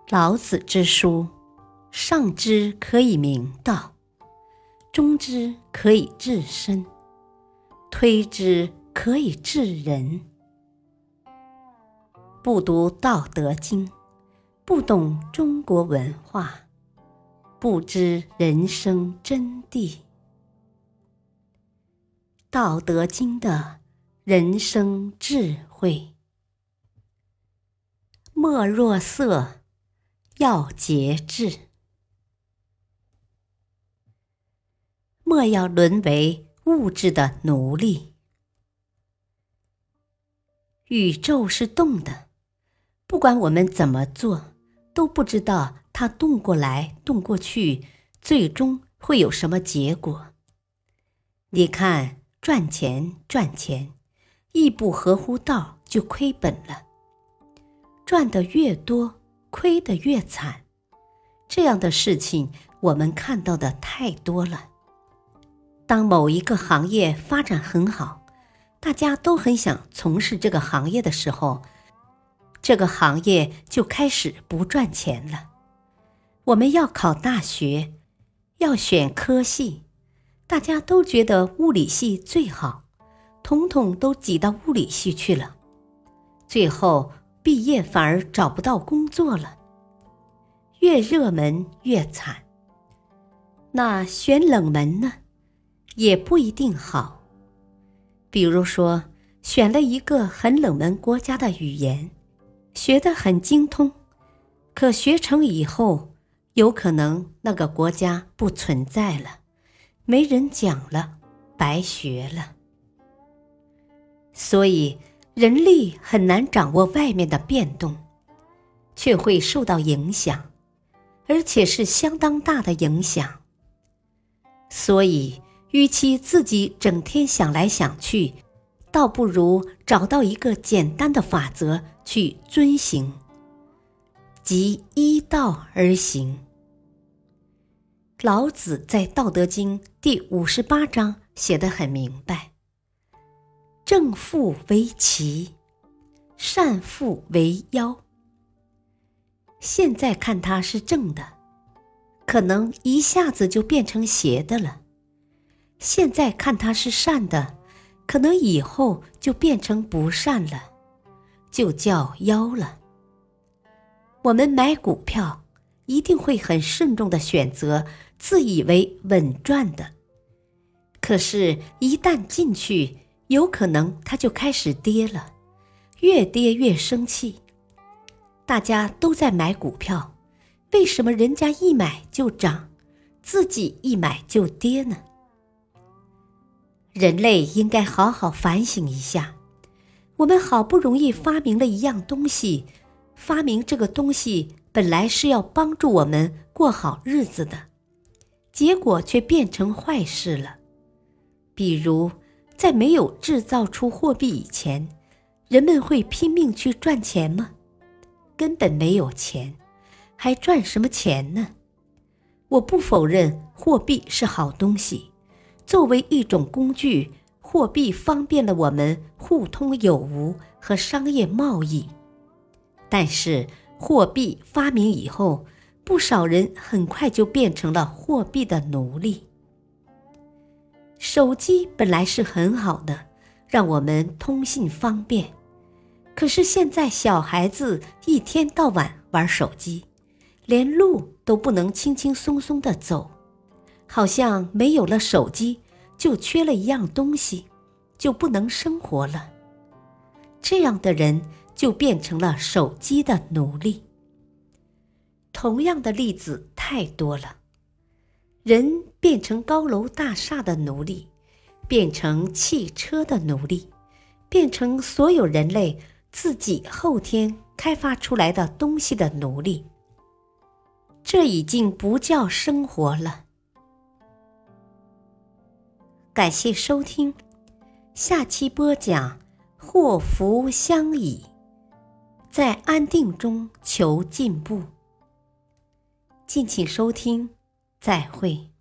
老子之书，上之可以明道，中之可以治身，推之可以治人。不读《道德经》，不懂中国文化，不知人生真谛。《道德经》的人生智慧：莫若色，要节制。莫要沦为物质的奴隶。宇宙是动的，不管我们怎么做，都不知道它动过来动过去，最终会有什么结果。你看，赚钱，一不合乎道就亏本了，赚得越多，亏得越惨。这样的事情我们看到的太多了。当某一个行业发展很好，大家都很想从事这个行业的时候，这个行业就开始不赚钱了。我们要考大学，要选科系，大家都觉得物理系最好，统统都挤到物理系去了，最后毕业反而找不到工作了。越热门越惨。那选冷门呢，也不一定好。比如说，选了一个很冷门国家的语言，学得很精通，可学成以后，有可能那个国家不存在了，没人讲了，白学了。所以，人力很难掌握外面的变动，却会受到影响，而且是相当大的影响。所以，与其自己整天想来想去，倒不如找到一个简单的法则去遵行，即依道而行。老子在《道德经》第58章写得很明白：正负为奇，善负为妖。现在看它是正的，可能一下子就变成邪的了；现在看它是善的，可能以后就变成不善了，就叫妖了。我们买股票一定会很慎重地选择自以为稳赚的，可是一旦进去，有可能它就开始跌了，越跌越生气。大家都在买股票，为什么人家一买就涨，自己一买就跌呢？人类应该好好反省一下，我们好不容易发明了一样东西，发明这个东西本来是要帮助我们过好日子的，结果却变成坏事了。比如，在没有制造出货币以前，人们会拼命去赚钱吗？根本没有钱，还赚什么钱呢？我不否认货币是好东西，作为一种工具，货币方便了我们互通有无和商业贸易。但是货币发明以后，不少人很快就变成了货币的奴隶。手机本来是很好的，让我们通信方便，可是现在小孩子一天到晚玩手机，连路都不能轻轻松松地走，好像没有了手机就缺了一样东西，就不能生活了。这样的人就变成了手机的奴隶。同样的例子太多了，人变成高楼大厦的奴隶，变成汽车的奴隶，变成所有人类自己后天开发出来的东西的奴隶。这已经不叫生活了。感谢收听，下期播讲祸福相倚，在安定中求进步。敬请收听，再会。